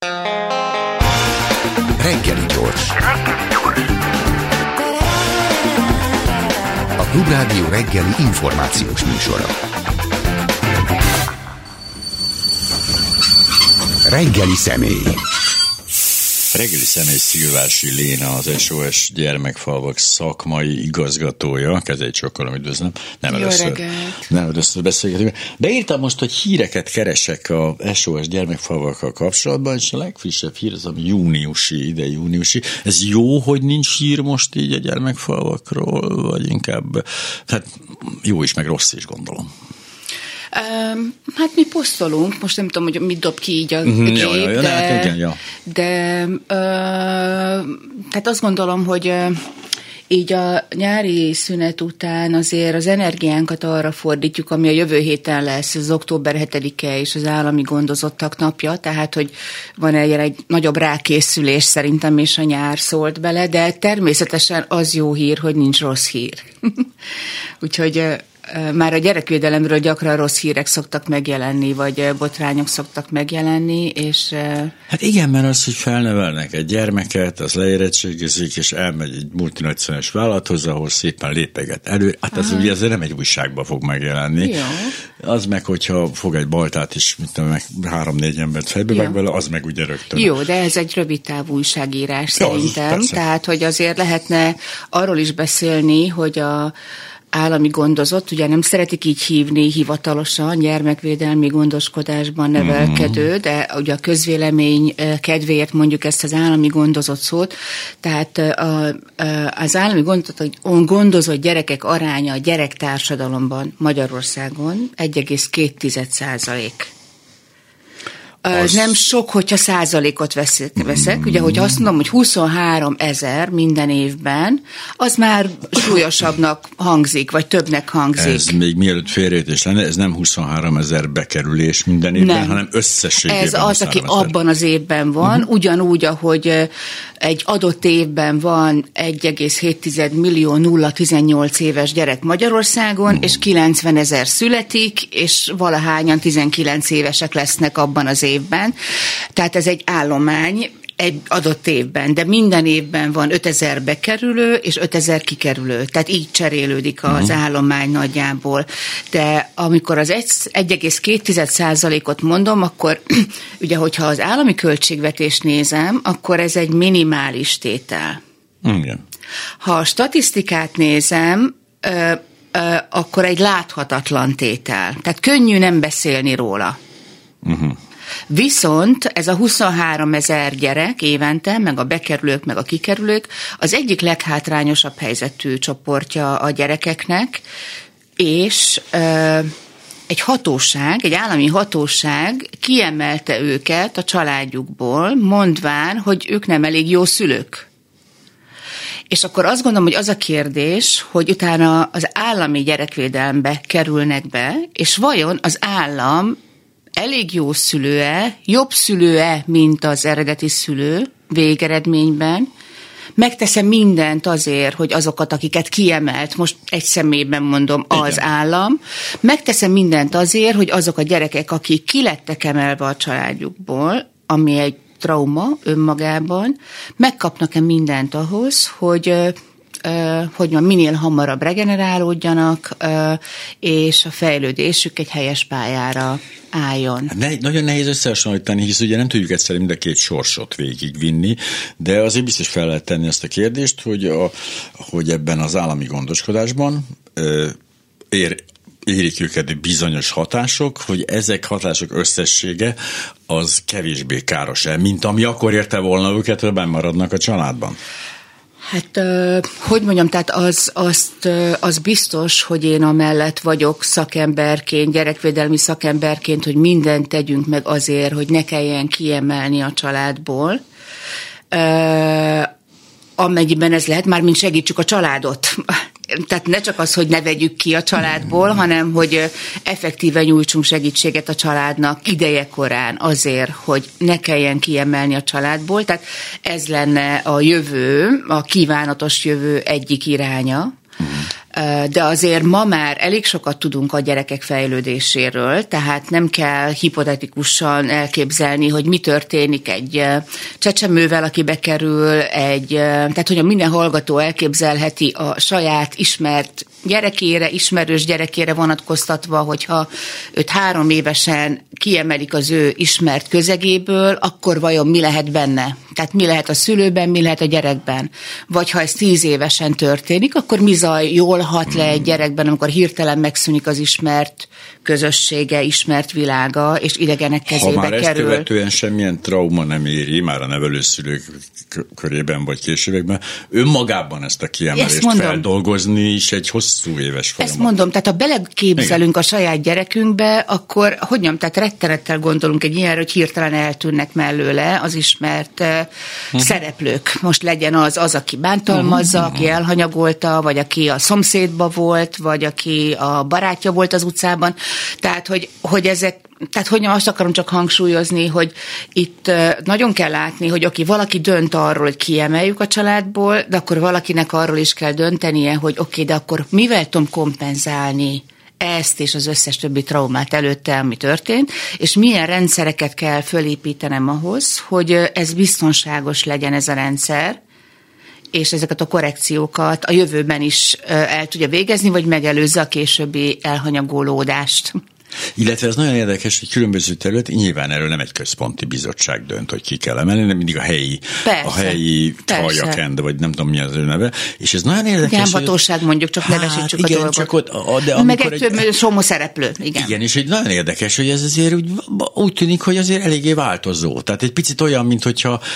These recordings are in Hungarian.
Reggeli gyors. A Klubrádió reggeli információs műsora. Reggeli személy. Reggeli személy Szilvási Léna, az SOS Gyermekfalvak szakmai igazgatója. Kezeit sokkal, üdvözlöm. Nem először beszélgetünk. De írtam most, hogy híreket keresek a SOS Gyermekfalvakkal kapcsolatban, és a legfrissebb hír az, ami júniusi. Ez jó, hogy nincs hír most így a gyermekfalvakról, vagy inkább, hát jó is, meg rossz is, gondolom. Hát mi posztolunk, most nem tudom, hogy mit dob ki így a gép, tehát azt gondolom, hogy így a nyári szünet után azért az energiánkat arra fordítjuk, ami a jövő héten lesz, az október 7-e és az állami gondozottak napja, tehát hogy van egy nagyobb rákészülés szerintem, és a nyár szólt bele, de természetesen az jó hír, hogy nincs rossz hír. Úgyhogy már a gyerekvédelemről gyakran rossz hírek szoktak megjelenni, vagy botrányok szoktak megjelenni, és... Hát igen, mert az, hogy felnevelnek egy gyermeket, az leérettségizik, és elmegy egy multinacionális vállalathoz, ahol szépen lépeget elő. Hát az ugye ezzel nem egy újságban fog megjelenni. Jó. Az meg, hogyha fog egy baltát is, mint meg 3-4 embert fejbe meg vele, az meg ugye rögtön. Jó, de ez egy rövid távú újságírás szerintem. Tehát, hogy azért lehetne arról is beszélni, hogy a állami gondozott, ugye nem szeretik így hívni hivatalosan, gyermekvédelmi gondoskodásban nevelkedő, de ugye a közvélemény kedvéért mondjuk ezt az állami gondozott szót, tehát az állami gondozott gyerekek aránya a gyerektársadalomban Magyarországon 1,2%. Nem sok, hogyha százalékot veszek. Ugye, hogyha azt mondom, hogy 23 000 minden évben, az már súlyosabbnak hangzik, vagy többnek hangzik. Ez még mielőtt félreértés lenne, ez nem 23 000 bekerülés minden évben, nem, hanem összességében. Ez az, aki abban az évben van, ugyanúgy, ahogy egy adott évben van 1,7 millió 0-18 éves gyerek Magyarországon, és 90 000 születik, és valahányan 19 évesek lesznek abban az évben. Tehát ez egy állomány egy adott évben, de minden évben van 5000 bekerülő és 5000 kikerülő. Tehát így cserélődik az állomány nagyjából. De amikor az 1,2%-ot mondom, akkor ugye, hogyha az állami költségvetést nézem, akkor ez egy minimális tétel. Igen. Ha a statisztikát nézem, akkor egy láthatatlan tétel. Tehát könnyű nem beszélni róla. Viszont ez a 23 000 gyerek évente, meg a bekerülők, meg a kikerülők, az egyik leghátrányosabb helyzetű csoportja a gyerekeknek, és egy állami hatóság kiemelte őket a családjukból, mondván, hogy ők nem elég jó szülők. És akkor azt gondolom, hogy az a kérdés, hogy utána az állami gyerekvédelembe kerülnek be, és vajon az állam elég jó szülő-e, jobb szülő-e, mint az eredeti szülő végeredményben, megteszem mindent azért, hogy azokat, akiket kiemelt, most egy személyben mondom, az állam, megteszem mindent azért, hogy azok a gyerekek, akik kilettek emelve a családjukból, ami egy trauma önmagában, megkapnak-e mindent ahhoz, hogy minél hamarabb regenerálódjanak, és a fejlődésük egy helyes pályára álljon. Nagyon nehéz összehasonlítani, hisz ugye nem tudjuk egyszerűen mind a két sorsot végigvinni, de azért biztos fel lehet tenni ezt a kérdést, hogy ebben az állami gondoskodásban érik őket bizonyos hatások, hogy ezek hatások összessége az kevésbé káros-e, mint ami akkor érte volna őket, hogy bennmaradnak a családban. Hát, hogy mondjam, tehát az biztos, hogy én amellett vagyok szakemberként, gyerekvédelmi szakemberként, hogy mindent tegyünk meg azért, hogy ne kelljen kiemelni a családból, amennyiben ez lehet, mármint segítsük a családot. Tehát ne csak az, hogy ne vegyük ki a családból, hanem hogy effektíven nyújtsunk segítséget a családnak idejekorán azért, hogy ne kelljen kiemelni a családból. Tehát ez lenne a jövő, a kívánatos jövő egyik iránya. de azért ma már elég sokat tudunk a gyerekek fejlődéséről, tehát nem kell hipotetikusan elképzelni, hogy mi történik egy csecsemővel, aki bekerül, tehát hogy minden hallgató elképzelheti a saját ismert gyerekére, ismerős gyerekére vonatkoztatva, hogyha őt 3 évesen kiemelik az ő ismert közegéből, akkor vajon mi lehet benne? Tehát mi lehet a szülőben, mi lehet a gyerekben? Vagy ha ez 10 évesen történik, akkor mi zaj jól hat le egy gyerekben, amikor hirtelen megszűnik az ismert közössége, ismert világa, és idegenek kezébe kerül. Ha már ezt követően semmilyen trauma nem éri, már a nevelőszülők körében vagy későbbekben, önmagában ezt a kiemelést feldolgozni is egy hosszú éves folyamat. Ezt mondom, tehát ha beleképzelünk a saját gyerekünkbe, akkor tehát rettenettel gondolunk egy ilyenre, hogy hirtelen eltűnnek mellőle az ismert szereplők. Most legyen az, aki bántalmazza, aki elhanyagolta, vagy aki a szomszédba volt, vagy aki a barátja volt az utcában. Tehát, hogy ezek, tehát hogy azt akarom csak hangsúlyozni, hogy itt nagyon kell látni, hogy valaki dönt arról, hogy kiemeljük a családból, de akkor valakinek arról is kell döntenie, hogy de akkor mivel tudom kompenzálni ezt és az összes többi traumát előtte, ami történt, és milyen rendszereket kell fölépítenem ahhoz, hogy ez biztonságos legyen ez a rendszer, és ezeket a korrekciókat a jövőben is el tudja végezni, vagy megelőzze a későbbi elhanyagolódást. Illetve ez nagyon érdekes, hogy különböző terület, nyilván erről nem egy központi bizottság dönt, hogy ki kell emelni, nem mindig a helyi tajakend, vagy nem tudom mi az ő neve, és ez nagyon érdekes. Gyámhatóság mondjuk, csak nevesítsük a dolgot. Csak ott, meg egy somó szereplő. Igen, és egy nagyon érdekes, hogy ez azért úgy tűnik, hogy azért eléggé változó. Tehát egy picit olyan, mint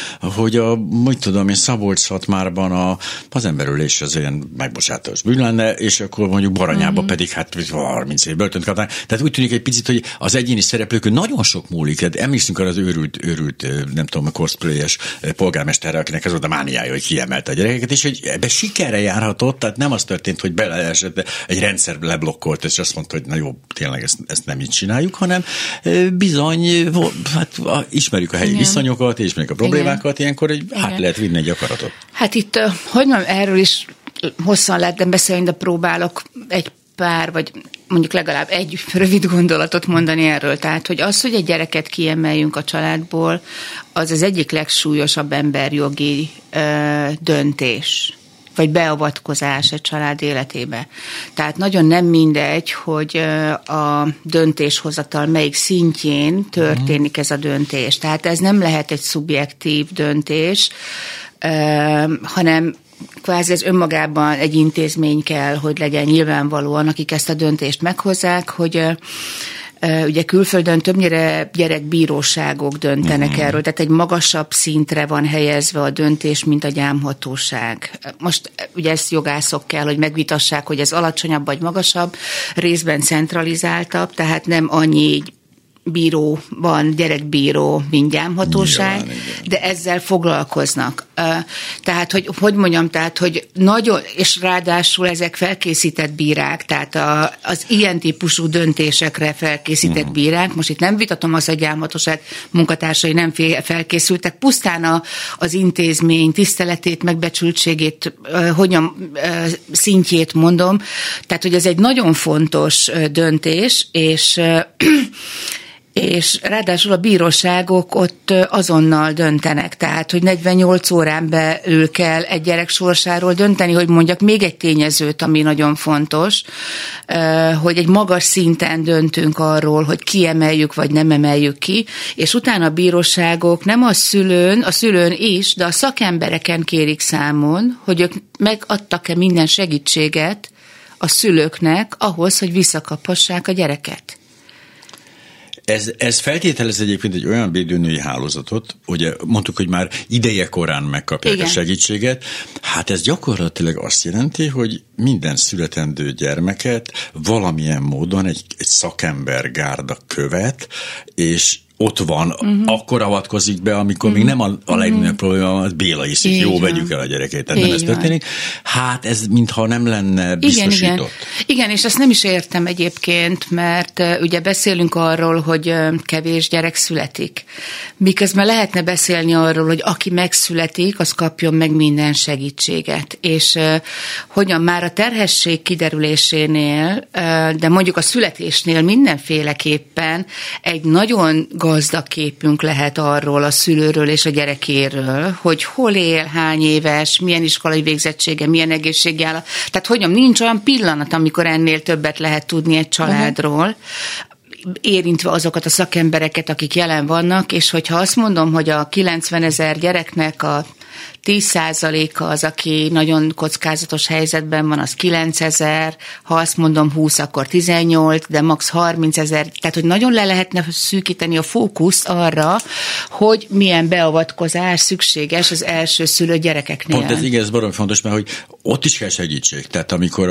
hogy Szabolcs-Szatmárban az emberölés az ilyen megbocsátós bűn lenne, és akkor mondjuk Baranyában pedig 30 év börtönt kapnak. Tehát úgy tűnik egy picit, hogy az egyéni szereplőkön nagyon sok múlik. Emlékszünk arra az őrült nem tudom, cosplayes polgármesterre, akinek ez volt a mániája, hogy kiemelte a gyerekeket, és hogy ebbe sikerre járhatott, tehát nem az történt, hogy beleesett, egy rendszer leblokkolt, és azt mondta, hogy na jó, tényleg ezt nem így csináljuk, hanem bizony, ismerjük a helyi viszonyokat, ismerjük a problémákat, ilyenkor lehet vinni egy akaratot. Hát itt, hogy mondjam, erről is hosszan lehetne beszélni, de próbálok egy pár, vagy mondjuk legalább egy rövid gondolatot mondani erről. Tehát, hogy az, hogy egy gyereket kiemeljünk a családból, az egyik legsúlyosabb emberjogi döntés, vagy beavatkozás egy család életébe. Tehát nagyon nem mindegy, hogy a döntéshozatal melyik szintjén történik ez a döntés. Tehát ez nem lehet egy szubjektív döntés, hanem kvázi ez önmagában egy intézmény kell, hogy legyen nyilvánvalóan, akik ezt a döntést meghozzák, hogy ugye külföldön többnyire gyerekbíróságok döntenek erről, tehát egy magasabb szintre van helyezve a döntés, mint a gyámhatóság. Most ugye ezt jogászok kell, hogy megvitassák, hogy ez alacsonyabb vagy magasabb, részben centralizáltabb, tehát nem annyi bíró van, gyerekbíró, mint gyámhatóság, de ezzel foglalkoznak. Tehát, hogy mondjam, tehát, hogy nagyon, és ráadásul ezek felkészített bírák, tehát az ilyen típusú döntésekre felkészített bírák, most itt nem vitatom azt, hogy gyámhatóság munkatársai nem felkészültek, pusztán az intézmény tiszteletét, megbecsültségét, szintjét mondom, tehát, hogy ez egy nagyon fontos döntés, és ráadásul a bíróságok ott azonnal döntenek, tehát, hogy 48 órán belül kell egy gyerek sorsáról dönteni, hogy mondjak még egy tényezőt, ami nagyon fontos, hogy egy magas szinten döntünk arról, hogy kiemeljük, vagy nem emeljük ki, és utána a bíróságok nem a szülőn is, de a szakembereken kérik számon, hogy ők megadtak-e minden segítséget a szülőknek ahhoz, hogy visszakaphassák a gyereket. Ez feltételez egyébként egy olyan védőnői hálózatot, ugye mondtuk, hogy már ideje korán megkapják a segítséget. Hát ez gyakorlatilag azt jelenti, hogy minden születendő gyermeket valamilyen módon egy szakembergárda követ, és ott van, akkor avatkozik be, amikor még nem a legnagyobb probléma, az Béla hiszik, jó, vegyük el a gyerekét, tehát nem ez történik. Hát ez mintha nem lenne biztosított. Igen, és ezt nem is értem egyébként, mert ugye beszélünk arról, hogy kevés gyerek születik. Miközben lehetne beszélni arról, hogy aki megszületik, az kapjon meg minden segítséget. És hogyan már a terhesség kiderülésénél, de mondjuk a születésnél mindenféleképpen egy nagyon gazdag képünk lehet arról a szülőről és a gyerekéről, hogy hol él, hány éves, milyen iskolai végzettsége, milyen egészségi állapot. Tehát hogyan, nincs olyan pillanat, amikor ennél többet lehet tudni egy családról, érintve azokat a szakembereket, akik jelen vannak, és hogyha azt mondom, hogy a 90 000 gyereknek a 10%-a az, aki nagyon kockázatos helyzetben van, az 9 000, ha azt mondom 20, akkor 18, de max 30 000, tehát hogy nagyon le lehetne szűkíteni a fókuszt arra, hogy milyen beavatkozás szükséges az elsőszülött gyerekeknél. Pont ez igen, ez baromi fontos, mert hogy ott is kell segítség. Tehát amikor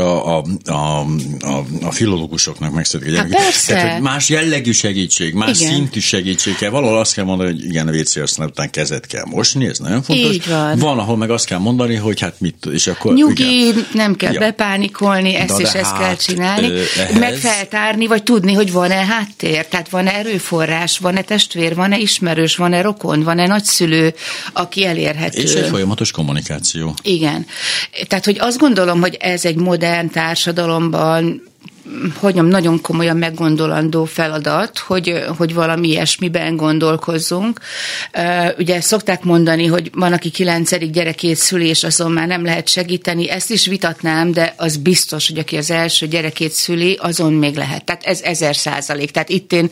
a filológusoknak megszületik a gyerekek. Tehát, hogy más jellegű segítség, más szintű segítség kell. Valahol azt kell mondani, hogy igen, a WC használat után kezet kell mosni, ez nagyon fontos. Így van. Van, ahol meg azt kell mondani, hogy hát mit, és akkor... Nyugi, igen. Nem kell bepánikolni, ezt és ezt kell csinálni. Meg feltárni, vagy tudni, hogy van-e háttér, tehát van-e erőforrás, van-e testvér, van-e ismerős, van-e rokon, van-e nagyszülő, aki elérhető. És egy folyamatos kommunikáció. Igen. Tehát, hogy azt gondolom, hogy ez egy modern társadalomban nagyon komolyan meggondolandó feladat, hogy valami ilyesmiben gondolkozzunk. Ugye szokták mondani, hogy van, aki 9. gyerekét szüli, és azon már nem lehet segíteni. Ezt is vitatnám, de az biztos, hogy aki az első gyerekét szüli, azon még lehet. Tehát ez 1000%. Tehát itt én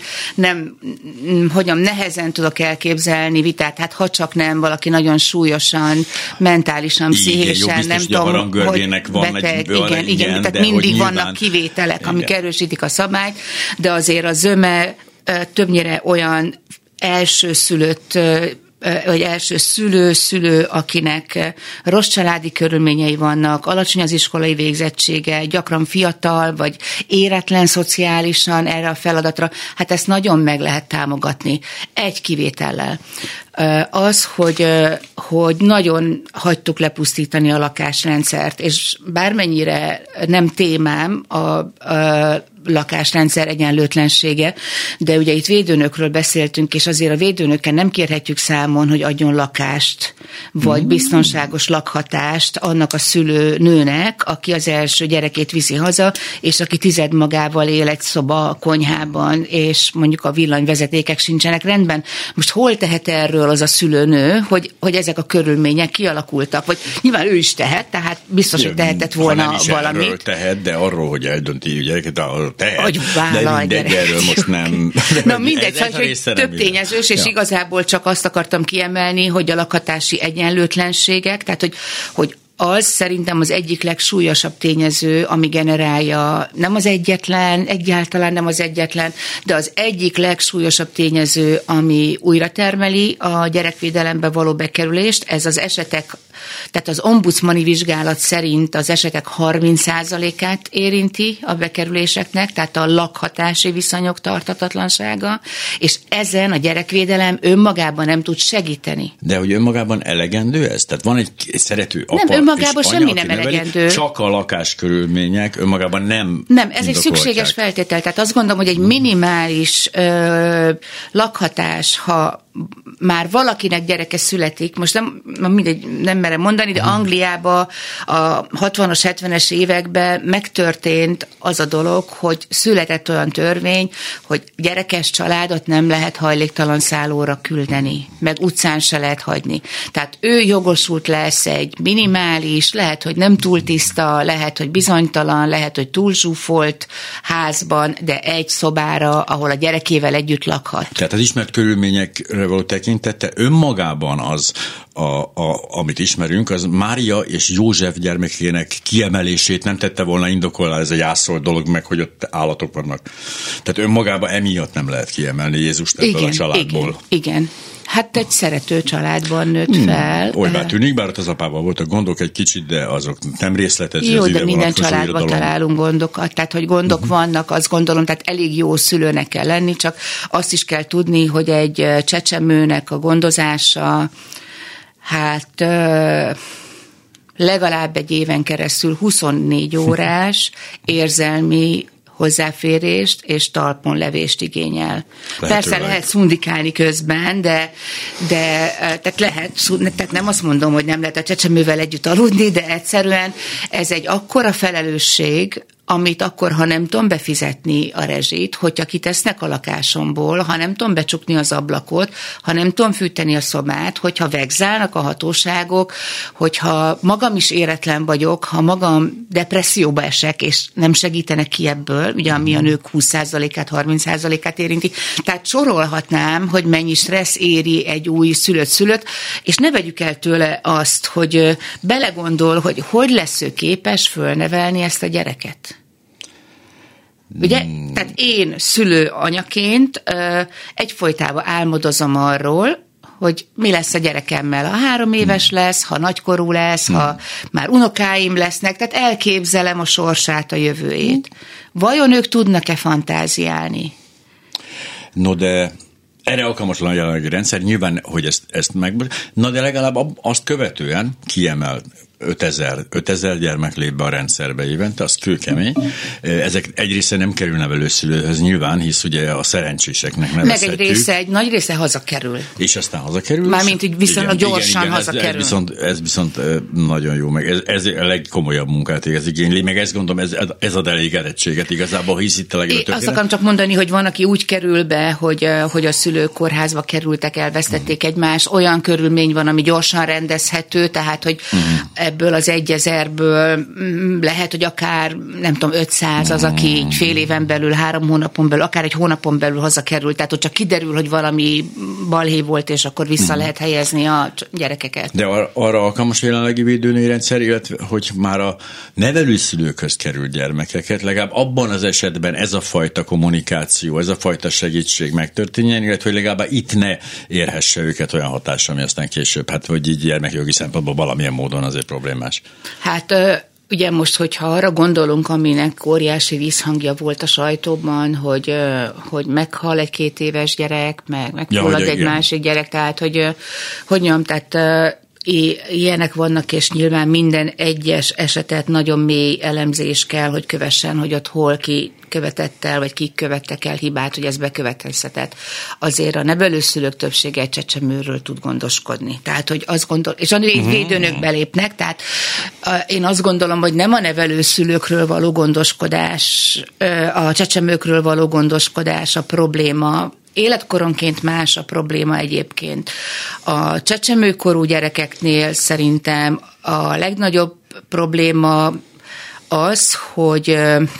nehezen tudok elképzelni vitát, hát ha csak nem valaki nagyon súlyosan, mentálisan, pszichésen, nem tudom, hogy beteg. Igen, tehát mindig vannak kivételek, amik erősítik a szabályt, de azért a zöme többnyire olyan elsőszülött vagy első szülő, akinek rossz családi körülményei vannak, alacsony az iskolai végzettsége, gyakran fiatal, vagy éretlen szociálisan erre a feladatra, hát ezt nagyon meg lehet támogatni. Egy kivétellel. Az, hogy nagyon hagytuk lepusztítani a lakásrendszert, és bármennyire nem témám a lakásrendszer egyenlőtlensége, de ugye itt védőnökről beszéltünk, és azért a védőnöken nem kérhetjük számon, hogy adjon lakást, vagy biztonságos lakhatást annak a szülőnőnek, aki az első gyerekét viszi haza, és aki tized magával él egy szoba a konyhában, és mondjuk a villanyvezetékek sincsenek rendben. Most hol tehet erről az a szülőnő, hogy ezek a körülmények kialakultak? Vagy nyilván ő is tehet, tehát biztos, hogy tehetett volna nem is valamit. Erről tehet, de arról, hogy eldönti a gyereket, tehet. Hogy vállal de mindegy, erről most nem. Na mindegy, hogy több tényezős, és igazából csak azt akartam kiemelni, hogy a lakhatási egyenlőtlenségek, tehát hogy az szerintem az egyik legsúlyosabb tényező, ami generálja, nem az egyetlen, egyáltalán nem az egyetlen, de az egyik legsúlyosabb tényező, ami újra termeli a gyerekvédelembe való bekerülést, ez az esetek, tehát az ombudsmani vizsgálat szerint az esetek 30%-át érinti a bekerüléseknek, tehát a lakhatási viszonyok tarthatatlansága, és ezen a gyerekvédelem önmagában nem tud segíteni. De hogy önmagában elegendő ez? Tehát van egy szerető apa nem, önmagában és semmi nem elegendő. Csak a lakáskörülmények önmagában nem ez egy szükséges feltétel. Tehát azt gondolom, hogy egy minimális lakhatás, ha már valakinek gyereke születik, most nem merem mondani, de Angliában a 60-as, 70-es években megtörtént az a dolog, hogy született olyan törvény, hogy gyerekes családot nem lehet hajléktalan szállóra küldeni, meg utcán se lehet hagyni. Tehát ő jogosult lesz egy minimális, lehet, hogy nem túl tiszta, lehet, hogy bizonytalan, lehet, hogy túl zsúfolt házban, de egy szobára, ahol a gyerekével együtt lakhat. Tehát az ismert körülményekre való tekintete önmagában amit ismerünk, az Mária és József gyermekének kiemelését nem tette volna indokolná, ez egy ászolt dolog meg, hogy ott állatok vannak. Tehát önmagában emiatt nem lehet kiemelni Jézust ebből a családból. Igen. Hát egy szerető családban nőtt fel. Olybá tűnik, bár ott az apával voltak gondok egy kicsit, de azok nem részletező. Jó, de minden családban találunk gondokat, tehát hogy gondok vannak, azt gondolom, tehát elég jó szülőnek kell lenni, csak azt is kell tudni, hogy egy csecsemőnek a gondozása, hát legalább egy éven keresztül 24 órás érzelmi hozzáférést és talponlevést igényel. Persze lehet szundikálni közben, de tehát tehát nem azt mondom, hogy nem lehet a csecsemővel együtt aludni, de egyszerűen ez egy akkora felelősség, amit akkor, ha nem tudom befizetni a rezsit, hogyha kitesznek a lakásomból, ha nem tudom becsukni az ablakot, ha nem tudom fűteni a szobát, hogyha vegzálnak a hatóságok, hogyha magam is éretlen vagyok, ha magam depresszióba esek, és nem segítenek ki ebből, ugye ami a nők 20%-át, 30%-át érinti. Tehát sorolhatnám, hogy mennyi stressz éri egy új szülött, és ne vegyük el tőle azt, hogy belegondol, hogy lesz ő képes fölnevelni ezt a gyereket. Ugye? Tehát én szülő anyaként egyfolytában álmodozom arról, hogy mi lesz a gyerekemmel, ha 3 éves lesz, ha nagykorú lesz, ha már unokáim lesznek, tehát elképzelem a sorsát, a jövőjét. Vajon ők tudnak-e fantáziálni? No, de erre alkalmatlan a jelenlegi rendszer, nyilván, hogy ezt meg... Na, de legalább azt követően kiemel 5000 gyermek lép be a rendszerbe évente, az kőkemény. Ezek egy része nem kerül nevelőszülőhöz nyilván, hisz ugye a szerencséseknek nevezhetjük. Meg egy nagy része hazakerül. És aztán hazakerül. Mármint így viszonylag gyorsan hazakerül. Ez viszont nagyon jó, meg ez a legkomolyabb munkát ez igényli, meg ezt gondolom, ez ad elég eredtséget igazából, hisz itt a legjobb. Azt akarom csak mondani, hogy van, aki úgy kerül be, hogy a szülők kórházba kerültek, elvesztették egymást, olyan körülmény van, ami gyorsan rendezhető, tehát, hogy ebből az 1000-ből lehet, hogy akár, nem tudom, 500 az, aki így fél éven belül, 3 hónapon belül, akár egy hónapon belül hazakerül, tehát hogy csak kiderül, hogy valami balhé volt, és akkor vissza lehet helyezni a gyerekeket. De arra alkalmas jelenlegi védőnőrendszer, illetve hogy már a nevelőszülőkhöz kerül gyermekeket, legalább abban az esetben ez a fajta kommunikáció, ez a fajta segítség megtörténjen, illetve hogy legalább itt ne érhesse őket olyan hatás, ami aztán később, hát hogy így gyermekjogi szempontból valamilyen módon azért problémás. Hát ugye most, hogyha arra gondolunk, aminek óriási vízhangja volt a sajtóban, hogy meghal egy 2 éves gyerek, megfullad egy másik gyerek, tehát hogy mondjam, tehát ilyenek vannak, és nyilván minden egyes esetet nagyon mély elemzés kell, hogy kövessen, hogy ott hol ki követett el, vagy kik követtek el hibát, hogy ez bekövetkezhetett. Azért a nevelőszülők többsége egy csecsemőről tud gondoskodni. Tehát, hogy azt gondolom, és így védőnök belépnek, tehát én azt gondolom, hogy nem a nevelőszülőkről való gondoskodás, a csecsemőkről való gondoskodás a probléma. Életkoronként más a probléma egyébként. A csecsemőkorú gyerekeknél szerintem a legnagyobb probléma az, hogy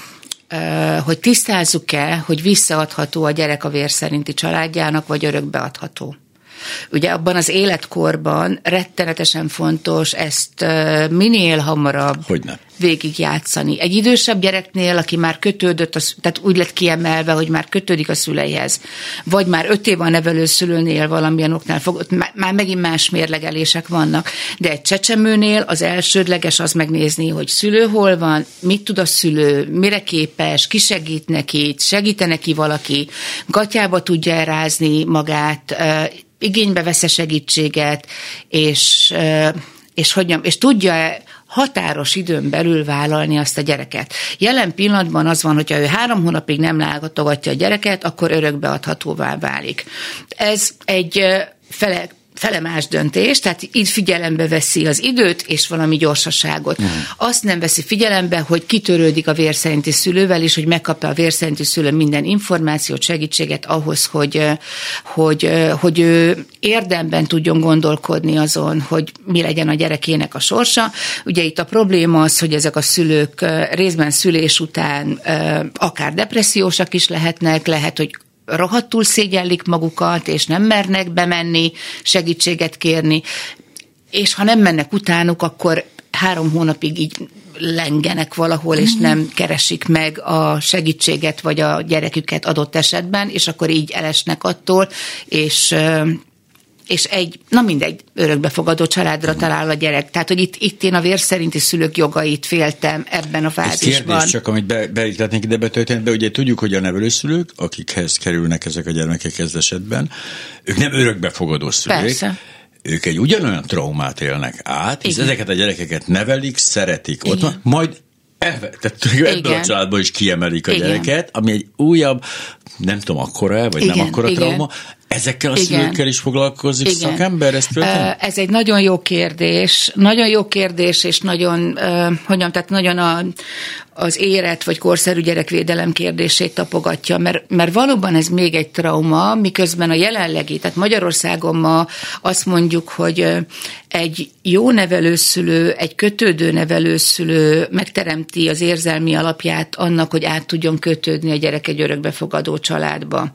tisztázzuk-e, hogy visszaadható a gyerek a vér szerinti családjának, vagy örökbeadható. Ugye abban az életkorban rettenetesen fontos ezt minél hamarabb végigjátszani. Egy idősebb gyereknél, aki már kötődött, tehát úgy lett kiemelve, hogy már kötődik a szüleihez, vagy már 5 év a nevelőszülőnél valamilyen oknál fogott, már megint más mérlegelések vannak. De egy csecsemőnél az elsődleges az megnézni, hogy szülő hol van, mit tud a szülő, mire képes, ki segít neki, segít-e neki valaki, gatyába tudja elrázni magát, igénybe vesz-e segítséget, és tudja határos időn belül vállalni azt a gyereket. Jelen pillanatban az van, hogyha ő 3 hónapig nem látogatja a gyereket, akkor örökbeadhatóvá válik. Ez egy felemás döntés, tehát így figyelembe veszi az időt és valami gyorsaságot. Azt nem veszi figyelembe, hogy kitörődik a vér szerinti szülővel, és hogy megkapja a vér szerinti szülő minden információt, segítséget ahhoz, hogy ő érdemben tudjon gondolkodni azon, hogy mi legyen a gyerekének a sorsa. Ugye itt a probléma az, hogy ezek a szülők részben szülés után akár depressziósak is lehetnek, lehet, hogy rohadtul szégyellik magukat, és nem mernek bemenni, segítséget kérni. és ha nem mennek utánuk, akkor 3 hónapig így lengenek valahol, és nem keresik meg a segítséget, vagy a gyereküket adott esetben, és akkor így elesnek attól, és mindegy, örökbefogadó családra talál a gyerek. Tehát, hogy itt én a vér szerinti szülők jogait féltem ebben a fázisban. Ez kérdés csak, amit beiktatnék ide betölteni, de ugye tudjuk, hogy a nevelőszülők, akikhez kerülnek ezek a gyermekek kezdesetben, ők nem örökbefogadó szülők. Persze. Ők egy ugyanolyan traumát élnek át, és ezeket a gyerekeket nevelik, szeretik. Ott van, majd tehát ebből a családból is kiemelik a gyereket, ami egy újabb, nem tudom, akkora vagy nem akkora trauma. Ezekkel a szülőkkel is foglalkozik szakember? Ez egy nagyon jó kérdés, és nagyon, tehát nagyon az érett vagy korszerű gyerekvédelem kérdését tapogatja, mert valóban ez még egy trauma, miközben a jelenlegi, tehát Magyarországon ma azt mondjuk, hogy egy jó nevelőszülő, egy kötődő nevelőszülő megteremti az érzelmi alapját annak, hogy át tudjon kötődni a gyerek egy örökbefogadó családba.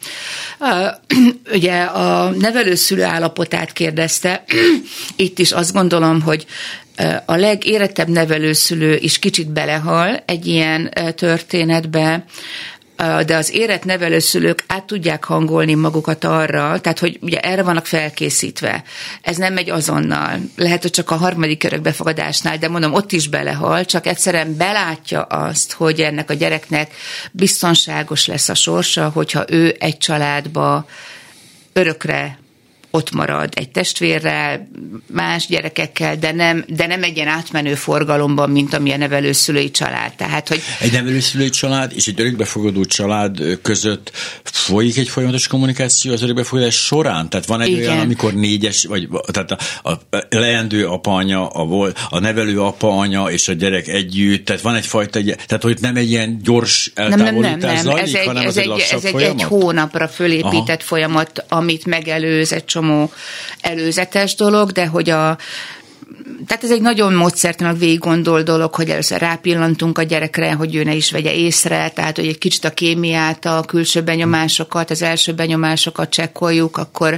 Ugye a nevelőszülő állapotát kérdezte, itt is azt gondolom, hogy a legérettebb nevelőszülő is kicsit belehal egy ilyen történetbe, de az érett nevelőszülők át tudják hangolni magukat arra, tehát hogy ugye erre vannak felkészítve. Ez nem megy azonnal. Lehet, hogy csak a 3. örökbefogadásnál, de mondom, ott is belehal, csak egyszerűen belátja azt, hogy ennek a gyereknek biztonságos lesz a sorsa, hogyha ő egy családba örökre ott marad egy testvérrel, más gyerekekkel, de nem egy ilyen átmenő forgalomban, mint ami a nevelőszülői család. Tehát, hogy egy nevelőszülői család és egy örökbefogadó család között folyik egy folyamatos kommunikáció az örökbefogadás során? Tehát van egy olyan, amikor 4-es, vagy tehát a leendő apa-anya, a nevelő apa-anya és a gyerek együtt, tehát van egyfajta, tehát hogy nem egy ilyen gyors eltávolítás zajlik, hanem ez egy lassabb folyamat? Egy hónapra fölépített folyamat, amit megelőz egy csomó előzetes dolog, de hogy tehát ez egy nagyon módszertanilag végig gondolt dolog, hogy először rápillantunk a gyerekre, hogy ő ne is vegye észre, tehát hogy egy kicsit a kémiát, a külső benyomásokat, az első benyomásokat csekkoljuk,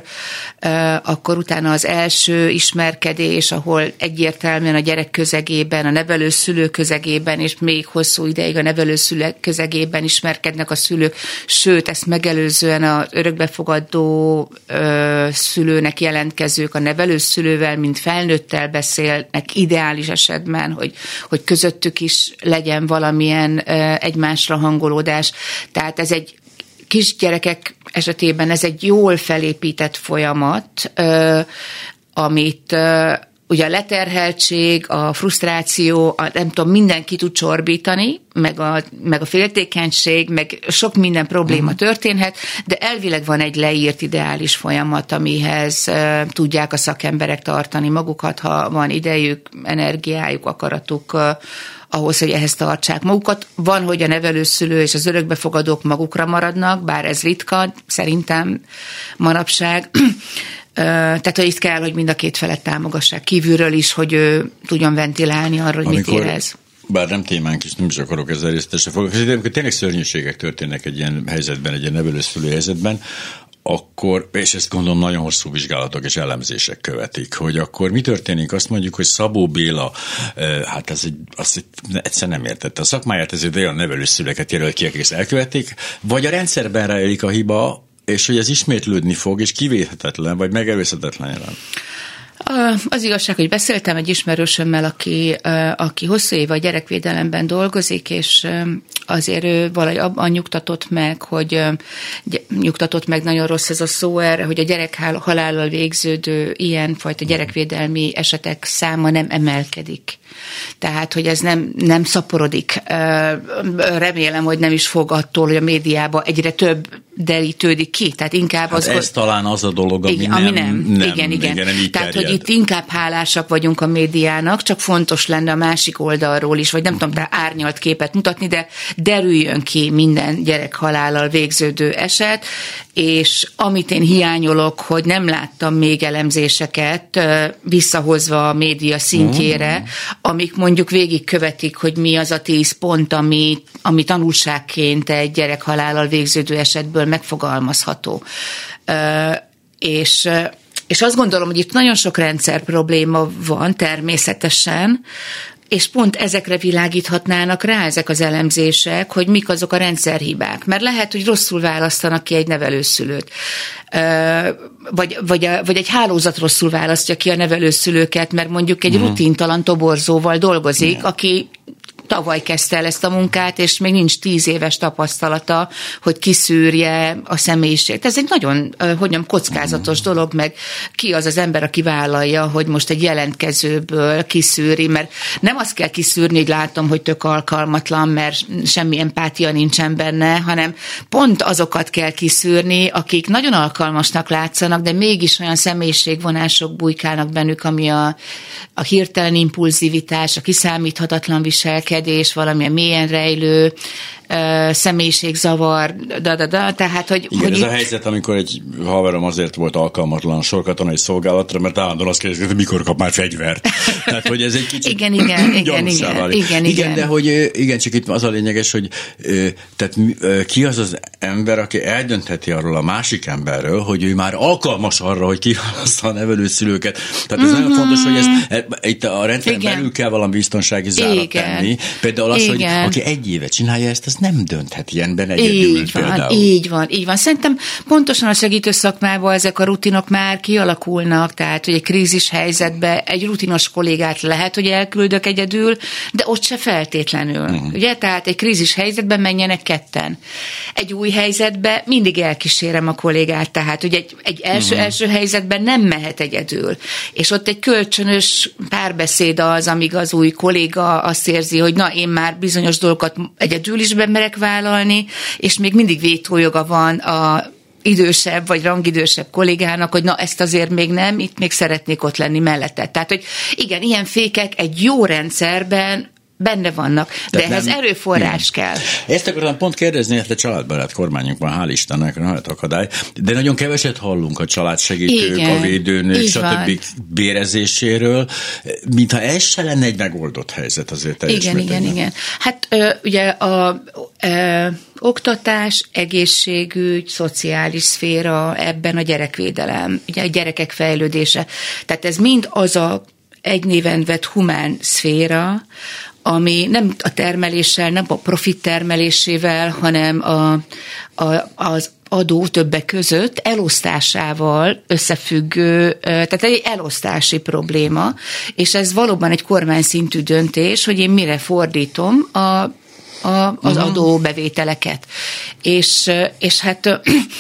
akkor utána az első ismerkedés, ahol egyértelműen a gyerek közegében, a nevelőszülő közegében, és még hosszú ideig a nevelőszülő közegében ismerkednek a szülők, sőt, ezt megelőzően az örökbefogadó szülőnek jelentkezők a nevelőszülővel, mint felnőttel beszélnek ideális esetben, hogy közöttük is legyen valamilyen egymásra hangolódás. Tehát ez egy kisgyerekek esetében ez egy jól felépített folyamat, amit ugye a leterheltség, a frusztráció, nem tudom, mindenki tud csorbítani, meg a féltékenység, meg sok minden probléma történhet, de elvileg van egy leírt ideális folyamat, amihez tudják a szakemberek tartani magukat, ha van idejük, energiájuk, akaratuk, ahhoz, hogy ehhez tartsák magukat. Van, hogy a nevelőszülő és az örökbefogadók magukra maradnak, bár ez ritka, szerintem manapság. Tehát, hogy itt kell, hogy mind a két felet támogassák kívülről is, hogy ő tudjon ventilálni arról, hogy mit érez. Bár nem témánk is, nem is akarok ezzel részletesen foglalkozni, de amikor tényleg szörnyűségek történnek egy ilyen helyzetben, egy ilyen nevelőszülő helyzetben, akkor, és ezt gondolom nagyon hosszú vizsgálatok és elemzések követik, hogy akkor mi történik? Azt mondjuk, hogy Szabó Béla, hát azt egyszerűen nem értette a szakmáját, ezért olyan nevelőszülőket jelölt ki, akik ezt elkövették, vagy a rendszerben rejlik a hiba, és hogy ez ismétlődni fog, és kivéthetetlen, vagy megelőzhetetlen jelen. Az igazság, hogy beszéltem egy ismerősömmel, aki hosszú éve a gyerekvédelemben dolgozik, és azért ő valahogy abban nyugtatott meg, nagyon rossz ez a szó erre, hogy a gyerek halállal végződő ilyenfajta gyerekvédelmi esetek száma nem emelkedik. Tehát, hogy ez nem szaporodik. Remélem, hogy nem is fog attól, hogy a médiában egyre több derítődik ki. Tehát inkább hát ez talán az a dolog, ami nem. Igen. Tehát, hogy itt inkább hálásak vagyunk a médiának, csak fontos lenne a másik oldalról is, vagy nem tudom, árnyalt képet mutatni, de derüljön ki minden gyerek halállal végződő eset, és amit én hiányolok, hogy nem láttam még elemzéseket visszahozva a média szintjére, amik mondjuk végigkövetik, hogy mi az a 10 pont, ami tanulságként egy gyerek halállal végződő esetből megfogalmazható. És És azt gondolom, hogy itt nagyon sok rendszer probléma van természetesen, és pont ezekre világíthatnának rá ezek az elemzések, hogy mik azok a rendszerhibák. Mert lehet, hogy rosszul választanak ki egy nevelőszülőt, vagy egy hálózat rosszul választja ki a nevelőszülőket, mert mondjuk egy rutintalan toborzóval dolgozik, aki tavaly kezdte el ezt a munkát, és még nincs 10 éves tapasztalata, hogy kiszűrje a személyiséget. Ez egy nagyon, kockázatos dolog, meg ki az az ember, aki vállalja, hogy most egy jelentkezőből kiszűri, mert nem azt kell kiszűrni, hogy látom, hogy tök alkalmatlan, mert semmi empátia nincsen benne, hanem pont azokat kell kiszűrni, akik nagyon alkalmasnak látszanak, de mégis olyan személyiségvonások bujkálnak bennük, ami a hirtelen impulzivitás, a kiszámíthatatlan viselkedés, valamilyen mélyen rejlő személyiségzavar, tehát, hogy... Igen, hogy ez a helyzet, amikor egy haverom azért volt alkalmatlan sorkatonai szolgálatra, mert állandóan azt kérdezik, hogy mikor kap már fegyvert. Tehát, hogy ez egy kicsit igen, de hogy igen, csak itt az a lényeges, hogy tehát ki az az ember, aki eldöntheti arról a másik emberről, hogy ő már alkalmas arra, hogy kiválasztja a nevelőszülőket. Tehát ez nagyon fontos, hogy ezt itt a rendszeren belül kell valami biztonsági zárat tenni. Például az, hogy aki egy éve csinálja ezt, az nem dönthet ilyenben egyedül. Így van. Szerintem pontosan a segítő szakmában ezek a rutinok már kialakulnak, tehát hogy egy krízis helyzetben egy rutinos kollégát lehet, hogy elküldök egyedül, de ott se feltétlenül. Ugye? Tehát egy krízis helyzetben menjenek ketten. Egy új helyzetben mindig elkísérem a kollégát, tehát hogy egy első helyzetben nem mehet egyedül. És ott egy kölcsönös párbeszéd az, amíg az új kolléga azt érzi, hogy na, én már bizonyos dolgokat egyedül is merek vállalni, és még mindig vétójoga van a idősebb vagy rangidősebb kollégának, hogy na ezt azért még nem, itt még szeretnék ott lenni mellette. Tehát, hogy igen, ilyen fékek egy jó rendszerben benne vannak, de ehhez erőforrás kell. Ezt akartam pont kérdezni, hogy a családbarát kormányunk van, hál' Istennek, nem lehet akadály, de nagyon keveset hallunk a családsegítők, a védőnők, stb. Bérezéséről, mintha ez se lenne egy megoldott helyzet azért teljes mértékben. Igen. Hát ugye a oktatás, egészségügy, szociális szféra, ebben a gyerekvédelem, ugye a gyerekek fejlődése. Tehát ez mind az a egy néven vett humán szféra, ami nem a termeléssel, nem a profit termelésével, hanem az adó többek között elosztásával összefüggő, tehát egy elosztási probléma, és ez valóban egy kormányszintű döntés, hogy én mire fordítom az adóbevételeket. És hát,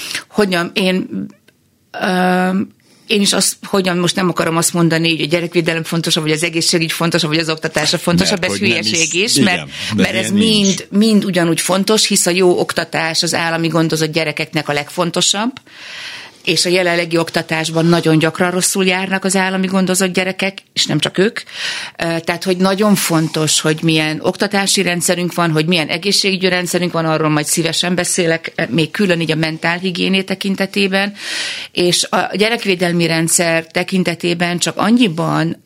én is azt, most nem akarom azt mondani, hogy a gyerekvédelem fontosabb, vagy az egészségügy fontosabb, vagy az oktatása fontosabb, ez hülyeség is, mert ez mind ugyanúgy fontos, hisz a jó oktatás az állami gondozott gyerekeknek a legfontosabb, és a jelenlegi oktatásban nagyon gyakran rosszul járnak az állami gondozott gyerekek, és nem csak ők. Tehát, hogy nagyon fontos, hogy milyen oktatási rendszerünk van, hogy milyen egészségügyi rendszerünk van, arról majd szívesen beszélek, még külön így a mentálhigiéné tekintetében, és a gyerekvédelmi rendszer tekintetében csak annyiban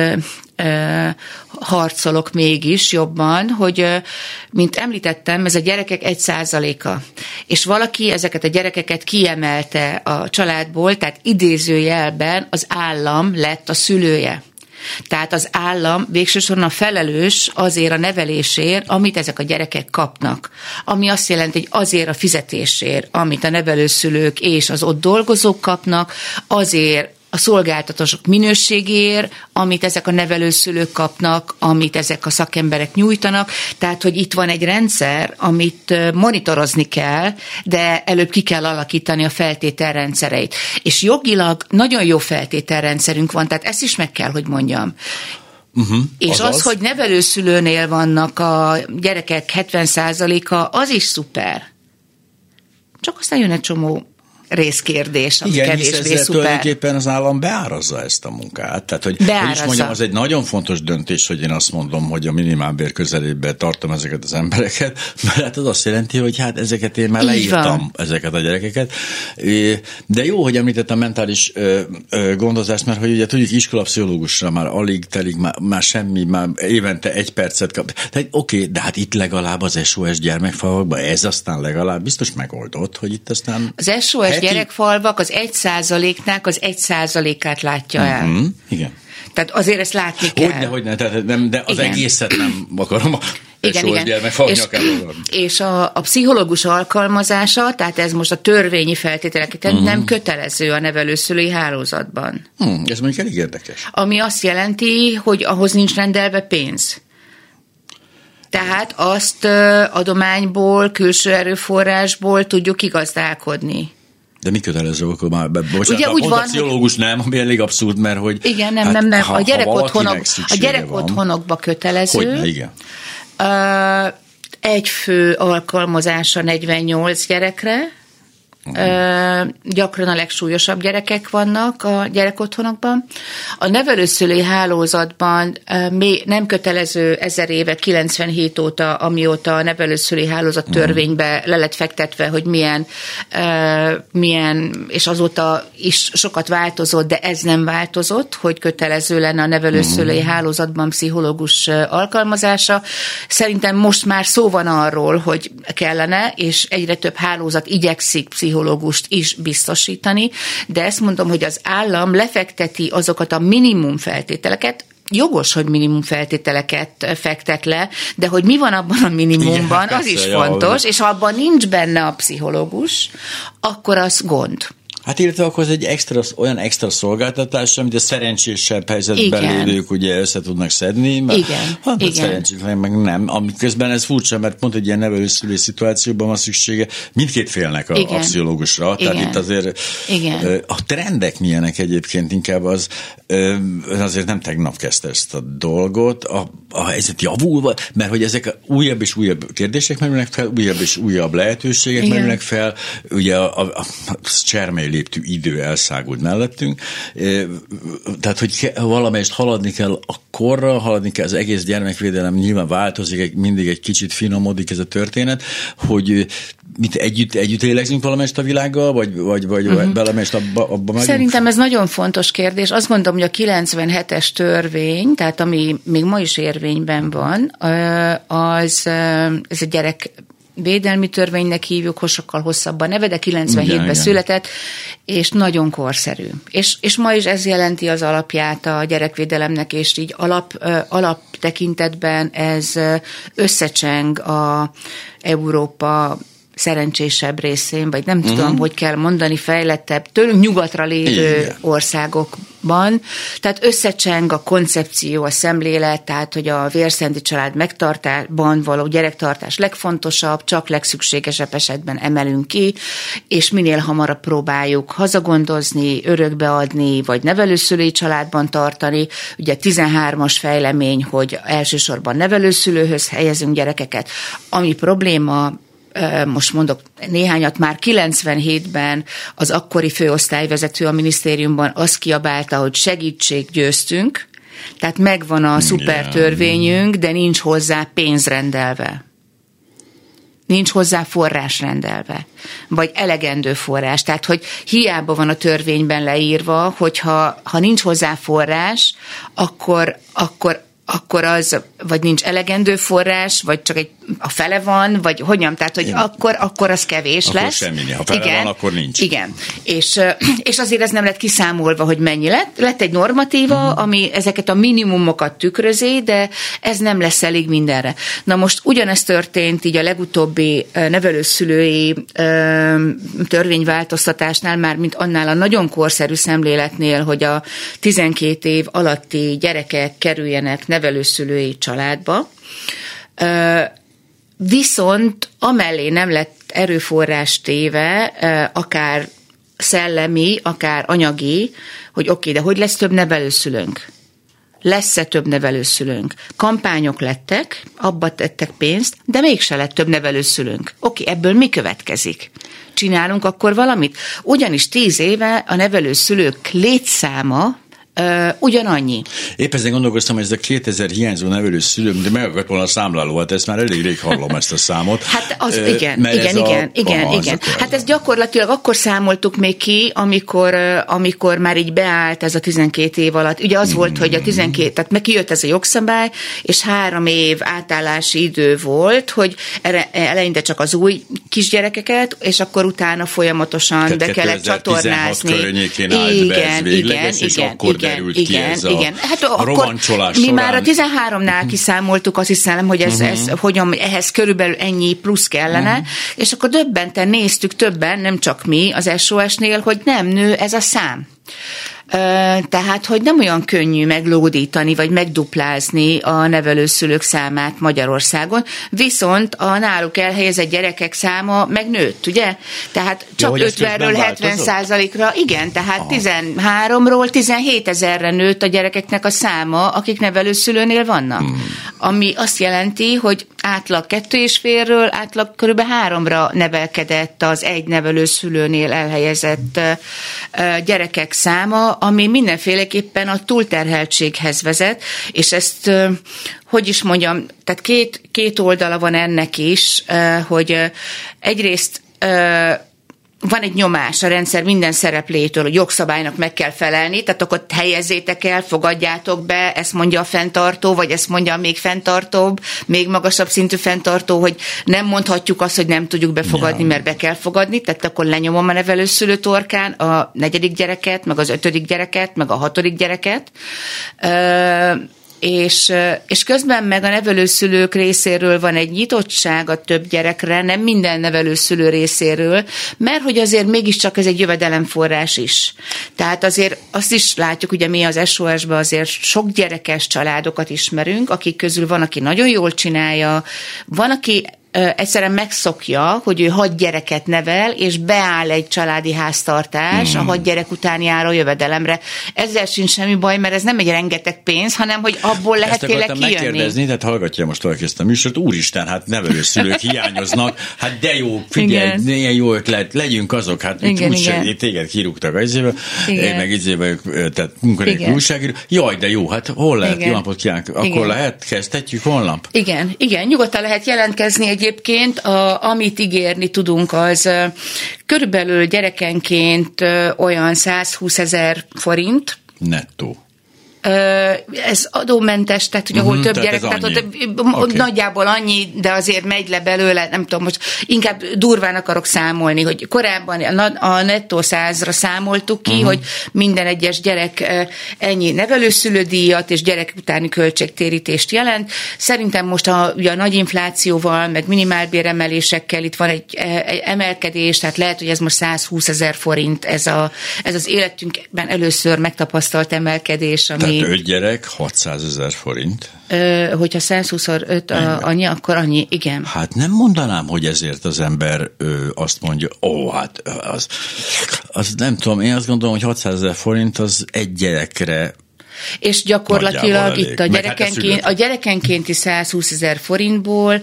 harcolok mégis jobban, hogy, mint említettem, ez a gyerekek 1%-a. És valaki ezeket a gyerekeket kiemelte a családból, tehát idézőjelben az állam lett a szülője. Tehát az állam végsősorban a felelős azért a nevelésért, amit ezek a gyerekek kapnak. Ami azt jelenti, hogy azért a fizetésért, amit a nevelőszülők és az ott dolgozók kapnak, azért a szolgáltatások minőségéért, amit ezek a nevelőszülők kapnak, amit ezek a szakemberek nyújtanak. Tehát, hogy itt van egy rendszer, amit monitorozni kell, de előbb ki kell alakítani a feltételrendszereit. És jogilag nagyon jó feltételrendszerünk van, tehát ezt is meg kell, hogy mondjam. És az, hogy nevelőszülőnél vannak a gyerekek 70%-a, az is szuper. Csak aztán jön egy csomó részkérdés, ami kevésbé szuper. Tulajdonképpen az állam beárazza ezt a munkát. Tehát, hogy is mondjam, az egy nagyon fontos döntés, hogy én azt mondom, hogy a minimálbér közelében tartom ezeket az embereket, mert hát az azt jelenti, hogy hát ezeket én már leírtam, ezeket a gyerekeket. De jó, hogy említettem a mentális gondozást, mert hogy ugye tudjuk, iskolapszichológusra már alig telik, már semmi, már évente 1 percet kap. Tehát oké, de hát itt legalább az SOS gyermekfalvakban ez aztán legalább biztos megoldott, hogy itt aztán az SOS gyerekfalvak az 1%-nák az 1%-át látja el. Igen. Tehát azért ezt látni kell. Hogyne, tehát de az egészet nem akarom. Igen. És a pszichológus alkalmazása, tehát ez most a törvényi feltételeket nem kötelező a nevelőszülői hálózatban. Ez mondjuk elég érdekes. Ami azt jelenti, hogy ahhoz nincs rendelve pénz. Tehát azt adományból, külső erőforrásból tudjuk igazdálkodni. De mi kötelező, akkor már a pszichológus nem, ami elég abszurd, mert hogy... Igen, nem. A gyerekotthonokba kötelező. Hogyne, igen. Egy fő alkalmazása 48 gyerekre. Gyakran a legsúlyosabb gyerekek vannak a gyerekotthonokban. A nevelőszülői hálózatban nem kötelező 1000 éve, 97 óta, amióta a nevelőszülői hálózat törvénybe le lett fektetve, hogy milyen, és azóta is sokat változott, de ez nem változott, hogy kötelező lenne a nevelőszülői hálózatban pszichológus alkalmazása. Szerintem most már szó van arról, hogy kellene, és egyre több hálózat igyekszik pszichológust is biztosítani, de ezt mondom, hogy az állam lefekteti azokat a minimum feltételeket, jogos, hogy minimum feltételeket fektet le, de hogy mi van abban a minimumban, igen, az is fontos, és ha abban nincs benne a pszichológus, akkor az gond. Hát illetve akkor ez egy olyan extra szolgáltatás, amit a szerencsésebb helyzetben lévők ugye össze tudnak szedni. Mert, igen. Szerencsésebb meg nem. Amiközben ez furcsa, mert pont egy ilyen nevelőszülői szituációban van szüksége mindkét félnek a pszichológusra. Igen. Tehát itt azért a trendek milyenek egyébként inkább azért nem tegnap kezdte ezt a dolgot. A helyzet javul, mert hogy ezek újabb és újabb kérdések merülnek fel, újabb és újabb lehetőségek merülnek fel. Ugye a csermely léptű idő elszágult mellettünk. Tehát, hogy valamelyest haladni kell a korra, haladni kell az egész gyermekvédelem, nyilván változik, mindig egy kicsit finomodik ez a történet, hogy mit együtt lélegzünk valamelyest a világgal, vagy valamelyest abba megyünk? Szerintem ez nagyon fontos kérdés. Azt mondom, hogy a 97-es törvény, tehát ami még ma is érvényben van, ez a gyerek védelmi törvénynek hívjuk, sokkal hosszabb a neve, de 97-ben született, és nagyon korszerű. És ma is ez jelenti az alapját a gyerekvédelemnek, és így alap tekintetben ez összecseng a Európa szerencsésebb részén, vagy nem tudom, hogy kell mondani, fejlettebb, tőlünk nyugatra lévő országokban. Tehát összecseng a koncepció, a szemlélet, tehát, hogy a vérszerinti család megtartásban való gyerektartás legfontosabb, csak legszükségesebb esetben emelünk ki, és minél hamarabb próbáljuk hazagondozni, örökbeadni, vagy nevelőszülői családban tartani. Ugye 13-as fejlemény, hogy elsősorban nevelőszülőhöz helyezünk gyerekeket. Ami probléma, most mondok néhányat, már 97-ben az akkori főosztályvezető a minisztériumban azt kiabálta, hogy segítség, győztünk, tehát megvan a szuper törvényünk, de nincs hozzá pénz rendelve. Nincs hozzá forrás rendelve, vagy elegendő forrás. Tehát, hogy hiába van a törvényben leírva, hogyha nincs hozzá forrás, akkor az, vagy nincs elegendő forrás, vagy csak a fele van, vagy hogyan, tehát, hogy akkor az kevés akkor lesz. Semmi, ha fele van, akkor nincs. Igen, és azért ez nem lett kiszámolva, hogy mennyi lett. Lett egy normatíva, ami ezeket a minimumokat tükrözi, de ez nem lesz elég mindenre. Na most ugyanezt történt így a legutóbbi nevelőszülői törvényváltoztatásnál, már mint annál a nagyon korszerű szemléletnél, hogy a 12 év alatti gyerekek kerüljenek nevelőszülői családba. Viszont amellé nem lett erőforrás téve, akár szellemi, akár anyagi, hogy oké, de hogy lesz több nevelőszülőnk? Lesz-e több nevelőszülőnk? Kampányok lettek, abba tettek pénzt, de mégse lett több nevelőszülőnk. Oké, ebből mi következik? Csinálunk akkor valamit? Ugyanis 10 éve a nevelőszülők létszáma ugyanannyi. Épp ezen gondolkoztam, hogy ez a 2000 hiányzó nevelőszülő, de meg akart volna a számlálóval, ezt már elég rég hallom ezt a számot. Hát az igen. Hát ezt gyakorlatilag akkor számoltuk még ki, amikor már így beállt ez a 12 év alatt. Ugye az volt, hogy a 12, tehát meg kijött ez a jogszabály, és 3 év átállási idő volt, hogy eleinte csak az új kisgyerekeket, és akkor utána folyamatosan tehát be kellett csatornázni. Környékén állt be ez végleges, és akkor derült ki ez hát a rovancsolás mi már a 13-nál kiszámoltuk, azt hiszem, hogy ez hogyan, ehhez körülbelül ennyi plusz kellene, és akkor döbbenten néztük többen, nem csak mi az SOS-nél, hogy nem nő ez a szám. Tehát, hogy nem olyan könnyű meglódítani, vagy megduplázni a nevelőszülők számát Magyarországon, viszont a náluk elhelyezett gyerekek száma megnőtt, ugye? Tehát csak 50-ről 70%-ra, igen, tehát 13-ról 17 000-re nőtt a gyerekeknek a száma, akik nevelőszülőnél vannak. Ami azt jelenti, hogy átlag 2,5-ről átlag kb. 3-ra nevelkedett az egy nevelőszülőnél elhelyezett gyerekek száma, ami mindenféleképpen a túlterheltséghez vezet, és ezt, hogy is mondjam, tehát két oldala van ennek is, hogy egyrészt van egy nyomás a rendszer minden szereplőjétől, hogy jogszabálynak meg kell felelni, tehát akkor helyezzétek el, fogadjátok be, ezt mondja a fenntartó, vagy ezt mondja a még fenntartóbb, még magasabb szintű fenntartó, hogy nem mondhatjuk azt, hogy nem tudjuk befogadni, mert be kell fogadni, tehát akkor lenyomom a nevelőszülő torkán a 4. gyereket, meg az 5. gyereket, meg a 6. gyereket, és közben meg a nevelőszülők részéről van egy nyitottság a több gyerekre, nem minden nevelőszülő részéről, mert hogy azért mégiscsak ez egy jövedelemforrás is. Tehát azért azt is látjuk, ugye mi az SOS-ban azért sok gyerekes családokat ismerünk, akik közül van, aki nagyon jól csinálja, van, aki egyszerűen megszokja, hogy ő 6 gyereket nevel, és beáll egy családi háztartás a 6 gyerek után járó jövedelemre. Ezzel sincs semmi baj, mert ez nem egy rengeteg pénz, hanem hogy abból lehet tényleg kijönni. Megkérdezni, tehát hallgatja most valaki ezt a műsort, úristen, hát nevelőszülők hiányoznak, hát de jó, figyelj, milyen jó ötlet, legyünk azok, hát úgyse téged kirúgtak az izébe, meg izébe, tehát munkanélkül újságíró. Jaj, de jó, hát hol lehet, jó napot kívánok, akkor lehet, kezdhetjük holnap? Igen, nyugodtan lehet jelentkezni. Egyébként, amit ígérni tudunk, az körülbelül gyerekenként olyan 120 000 forint. Nettó. Ez adómentes, tehát hogy ahol több gyerek, tehát ott nagyjából annyi, de azért megy le belőle, nem tudom, most inkább durván akarok számolni, hogy korábban a nettó 100-ra számoltuk ki, hogy minden egyes gyerek ennyi nevelőszülődíjat és gyerek utáni költségtérítést jelent. Szerintem most a nagy inflációval, meg minimálbéremelésekkel itt van egy emelkedés, tehát lehet, hogy ez most 120 000 forint, ez az életünkben először megtapasztalt emelkedés, ami... Tehát 5 gyerek, 600 000 forint. Hogyha 120x5 annyi, akkor annyi, igen. Hát nem mondanám, hogy ezért az ember azt mondja, hát az nem tudom, én azt gondolom, hogy 600 000 forint az egy gyerekre. És gyakorlatilag itt a gyerekenkénti 120 000 forintból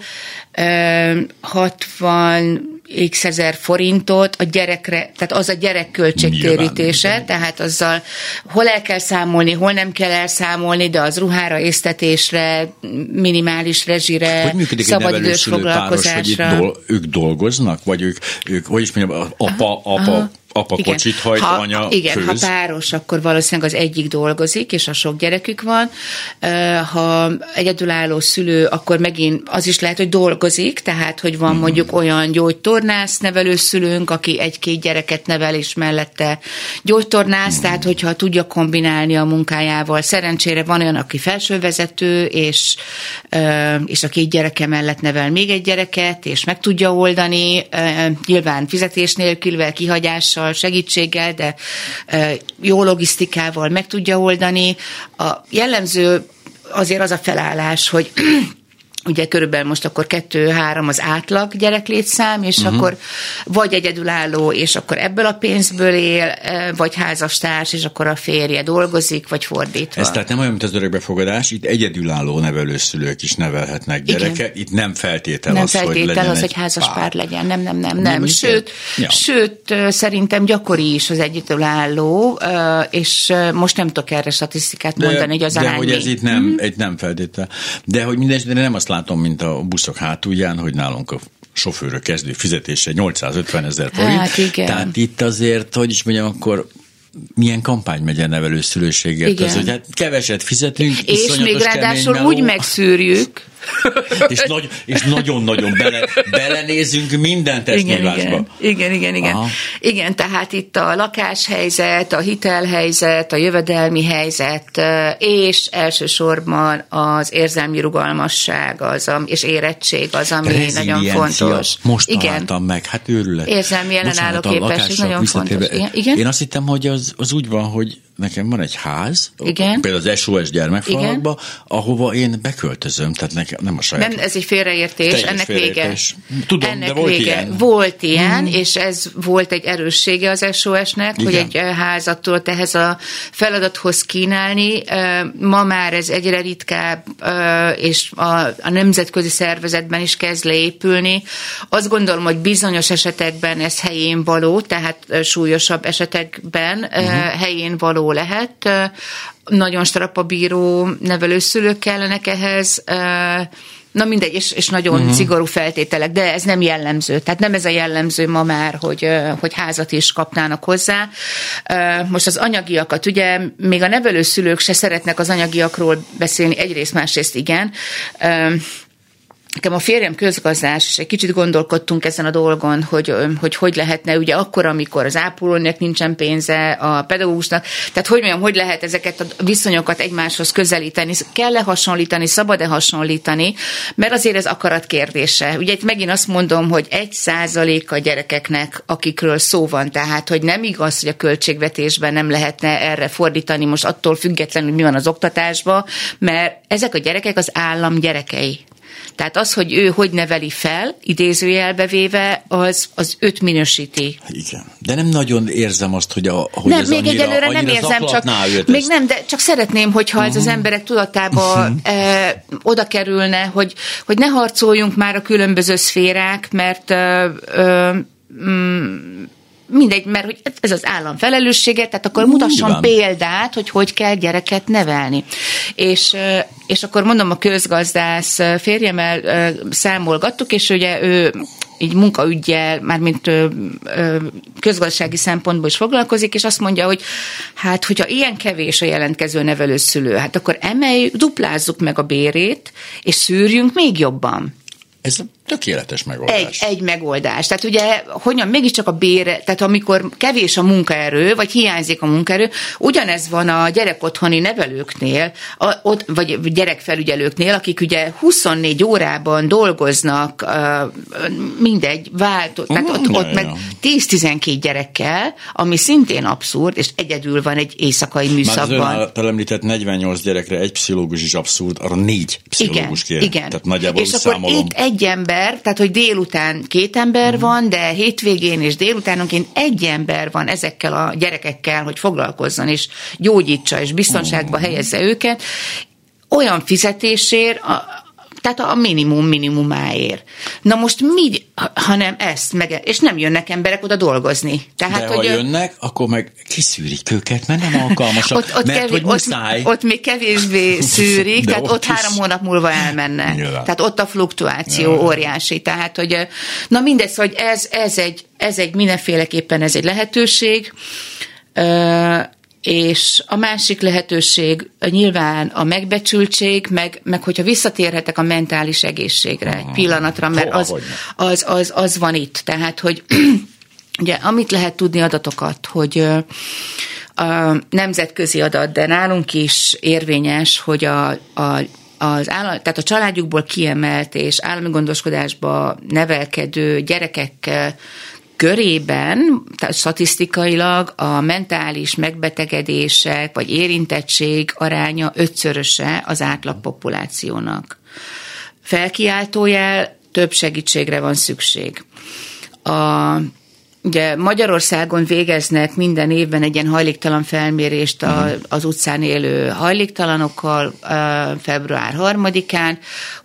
60 x ezer forintot a gyerekre, tehát az a gyerek költségtérítése, nyilván, tehát azzal hol el kell számolni, hol nem kell elszámolni, de az ruhára, észtetésre, minimális rezsire, szabadidős foglalkozásra. Hogy ők dolgoznak? Vagy ők hogy is mondjam, apa kocsit hajt, anya igen, főz. Ha páros, akkor valószínűleg az egyik dolgozik, és a sok gyerekük van. Ha egyedülálló szülő, akkor megint az is lehet, hogy dolgozik, tehát, hogy van mondjuk olyan gyógytornász nevelőszülőnk, aki 1-2 gyereket nevel, és mellette gyógytornász, tehát, hogyha tudja kombinálni a munkájával. Szerencsére van olyan, aki felsővezető, és a 2 gyereke mellett nevel még egy gyereket, és meg tudja oldani, nyilván fizetés nélkül, kihagyással, segítséggel, de jó logisztikával meg tudja oldani. A jellemző azért az a felállás, hogy ugye körülbelül most akkor 2-3 az átlag gyereklétszám, és akkor vagy egyedülálló, és akkor ebből a pénzből él, vagy házastárs, és akkor a férje dolgozik, vagy fordítva. Ez tehát nem olyan, mint az örökbefogadás, itt egyedülálló nevelőszülők is nevelhetnek gyereket, itt nem feltétel az, hogy legyen hogy házas pár legyen, nem. Sőt, szerintem gyakori is az egyedülálló, és most nem tudok erre statisztikát mondani, hogy az arány. De hogy ez itt nem feltétel. De hogy mindenesetre nem azt látom, mint a buszok hátulján, hogy nálunk a sofőrök kezdő fizetése 850 000 forint. Hát igen. Tehát itt azért, hogy is mondjam, akkor milyen kampány megy a nevelőszülőségért? Az, hogy hát keveset fizetünk, és még ráadásul úgy megszűrjük, és nagyon-nagyon belenézünk minden testnyilvásba. Igen. Igen, tehát itt a lakáshelyzet, a hitelhelyzet, a jövedelmi helyzet, és elsősorban az érzelmi rugalmasság és érettség az, ami nagyon fontos. Most találtam meg, hát őrület. Érzelmi ellenálló képesség nagyon fontos. Igen? Én azt hittem, hogy az úgy van, hogy nekem van egy ház, például az SOS gyermekfalvakba, ahova én beköltözöm, tehát nekem nem a saját. Nem, ez egy félreértés, ennek vége. Tudom, ennek de volt vége. ilyen. Volt ilyen, és ez volt egy erőssége az SOS-nek, hogy egy házat tudott ehhez a feladathoz kínálni. Ma már ez egyre ritkább, és a nemzetközi szervezetben is kezd leépülni. Azt gondolom, hogy bizonyos esetekben ez helyén való, tehát súlyosabb esetekben helyén való lehet. Nagyon strapabíró nevelőszülők kellenek ehhez, na mindegy, és nagyon szigorú feltételek, de ez nem jellemző. Tehát nem ez a jellemző ma már, hogy házat is kapnának hozzá. Most az anyagiakat, ugye még a nevelőszülők se szeretnek az anyagiakról beszélni, egyrészt, másrészt igen. Nekem a férjem közgazdás, és egy kicsit gondolkodtunk ezen a dolgon, hogy lehetne, ugye akkor, amikor az ápolónak nincsen pénze, a pedagógusnak, tehát hogy lehet ezeket a viszonyokat egymáshoz közelíteni, kell-e hasonlítani, szabad-e hasonlítani, mert azért ez akarat kérdése. Ugye itt megint azt mondom, hogy 1% a gyerekeknek, akikről szó van, tehát hogy nem igaz, hogy a költségvetésben nem lehetne erre fordítani most attól függetlenül, hogy mi van az oktatásban, mert ezek a gyerekek az állam gyerekei. Tehát az, hogy ő hogy neveli fel, idézőjelbe véve, az őt minősíti. Igen. De nem nagyon érzem azt, hogy nem, ez még egyelőre nem érzem, még nem, de csak szeretném, hogyha ez az emberek tudatába oda kerülne, hogy ne harcoljunk már a különböző szférák, mert mindegy, mert hogy ez az állam felelőssége, tehát akkor mutasson példát, hogy kell gyereket nevelni. És akkor mondom, a közgazdász férjemmel számolgattuk, és ugye ő így munkaüggyel, mármint közgazdasági szempontból is foglalkozik, és azt mondja, hogy hát, hogyha ilyen kevés a jelentkező nevelőszülő, hát akkor duplázzuk meg a bérét, és szűrjünk még jobban. Ez tökéletes megoldás. Egy megoldás. Tehát ugye, hogyan mégiscsak a bére, tehát amikor kevés a munkaerő, vagy hiányzik a munkaerő, ugyanez van a gyerekotthoni nevelőknél, vagy gyerekfelügyelőknél, akik ugye 24 órában dolgoznak, mindegy, tehát ott meg 10-12 gyerekkel, ami szintén abszurd, és egyedül van egy éjszakai műszakban. Már az ön említett 48 gyerekre egy pszichológus is abszurd, arra 4 pszichológus kér. Igen. Tehát nagyjából és akkor számolom. Itt egy ember, tehát hogy délután 2 ember van, de hétvégén és délutánonként egy ember van ezekkel a gyerekekkel, hogy foglalkozzon, és gyógyítsa, és biztonságba helyezze őket, olyan fizetésért, tehát a minimumáért. Na most mi, hanem ezt, és nem jönnek emberek oda dolgozni. Tehát, de ha jönnek, akkor meg kiszűrik őket, mert nem alkalmasak, hogy muszáj. Ott még kevésbé szűrik, tehát ott 3 hónap múlva elmennek. Nyilván. Tehát ott a fluktuáció óriási. Tehát, hogy na mindez, hogy ez egy mindenféleképpen ez egy lehetőség, és a másik lehetőség nyilván a megbecsültség, meg hogyha visszatérhetek a mentális egészségre egy pillanatra, mert az van itt. Tehát, hogy ugye, amit lehet tudni adatokat, hogy a nemzetközi adat, de nálunk is érvényes, hogy tehát a családjukból kiemelt és állami gondoskodásba nevelkedő gyerekek körében, tehát statisztikailag a mentális megbetegedések vagy érintettség aránya 5-szöröse az átlag populációnak. felkiáltójel, több segítségre van szükség. Ugye Magyarországon végeznek minden évben egy ilyen hajléktalan felmérést az utcán élő hajléktalanokkal február 3-án.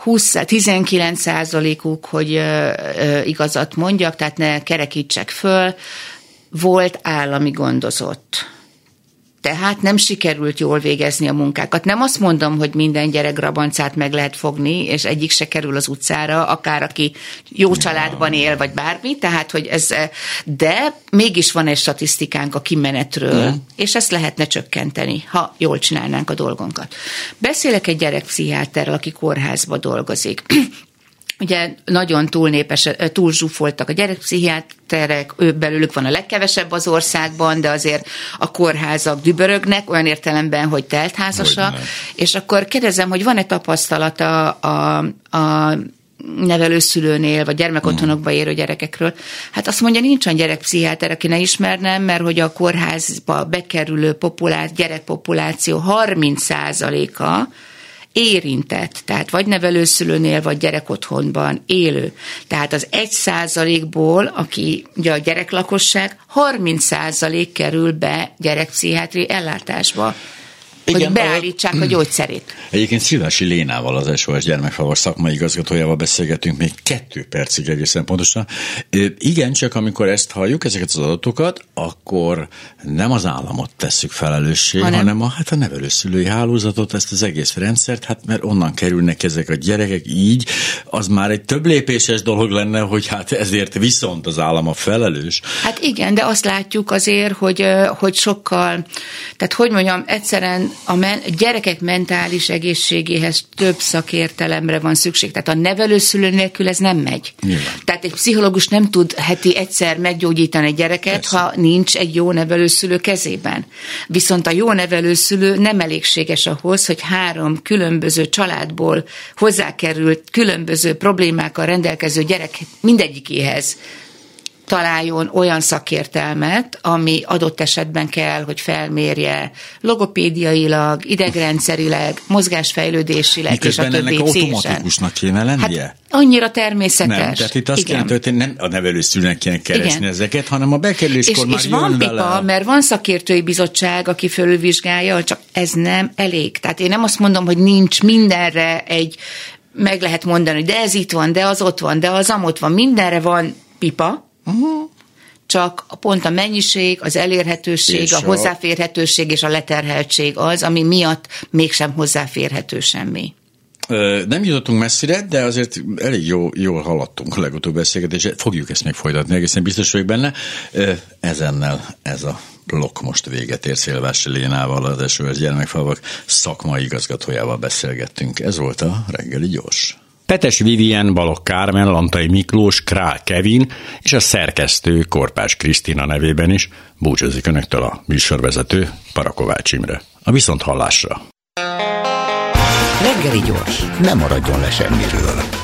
19%-uk, hogy igazat mondjak, tehát ne kerekítsek föl, volt állami gondozott. Tehát nem sikerült jól végezni a munkákat. Nem azt mondom, hogy minden gyerek grabancát meg lehet fogni, és egyik se kerül az utcára, akár aki jó családban él, vagy bármi, tehát, hogy ez, de mégis van egy statisztikánk a kimenetről, és ezt lehetne csökkenteni, ha jól csinálnánk a dolgunkat. Beszélek egy gyerekpszichiáterrel, aki kórházban dolgozik. Ugye nagyon túl zsúfoltak a gyerekpszichiáterek, belőlük van a legkevesebb az országban, de azért a kórházak dübörögnek, olyan értelemben, hogy teltházasa, és akkor kérdezem, hogy van-e tapasztalata a nevelőszülőnél, vagy gyermekotthonokba érő gyerekekről. Hát azt mondja, nincs olyan gyerekpszichiáter, aki ne ismernem, mert hogy a kórházba bekerülő gyerekpopuláció 30%-a érintett, tehát vagy nevelőszülőnél, vagy gyerekotthonban élő. Tehát az 1%-ból, aki ugye a gyereklakosság, 30% kerül be gyerekpszichiátriai ellátásba. Igen, hogy beállítsák a gyógyszerét. Egyébként Szilvási Lénával, az SOS Gyermekfalvak szakmai igazgatójával beszélgetünk még 2 percig egészen pontosan. Igen, csak amikor ezt halljuk, ezeket az adatokat, akkor nem az államot tesszük felelőssé, hanem a nevelőszülői hálózatot, ezt az egész rendszert, mert onnan kerülnek ezek a gyerekek, így az már egy több lépéses dolog lenne, hogy ezért viszont az állam a felelős. Hát igen, de azt látjuk azért, hogy sokkal, tehát hogy mondjam, egyszerűen a gyerekek mentális egészségéhez több szakértelemre van szükség. Tehát a nevelőszülő nélkül ez nem megy. Nyilván. Tehát egy pszichológus nem tud heti egyszer meggyógyítani egy gyereket, persze, ha nincs egy jó nevelőszülő kezében. Viszont a jó nevelőszülő nem elégséges ahhoz, hogy 3 különböző családból hozzákerült, különböző problémákkal rendelkező gyerek mindegyikéhez találjon olyan szakértelmet, ami adott esetben kell, hogy felmérje logopédiailag, idegrendszerileg, mozgásfejlődésileg, miközben és a többi. Miközben ennek automatikusnak kéne lennie? Hát annyira természetes. Nem, tehát itt azt kéne történni, nem a nevelőszülőnek kéne keresni ezeket, hanem a bekerüléskor már jön van vele. pipa, mert van szakértői bizottság, aki fölülvizsgálja, csak ez nem elég. Tehát én nem azt mondom, hogy nincs mindenre meg lehet mondani, de ez itt van, de az ott van, de az amott van, mindenre van pipa, csak pont a mennyiség, az elérhetőség, és a hozzáférhetőség és a leterheltség az, ami miatt mégsem hozzáférhető semmi. Nem jutottunk messzire, de azért elég jól haladtunk a legutóbb beszélgetésre. Fogjuk ezt még folytatni, egészen biztos vagyok benne. Ezennel ez a blokk most véget ér. Szilvási Lénával, az SOS Gyermekfalvak szakmai igazgatójával beszélgettünk. Ez volt a reggeli gyors. Petes Vivien, Balogh Kármen, Lantai Miklós, Král Kevin és a szerkesztő Korpás Krisztina nevében is búcsúzik önöktől a műsorvezető Parakovács Imre. A viszonthallásra! Reggeli gyors, nem maradjon le semmiről.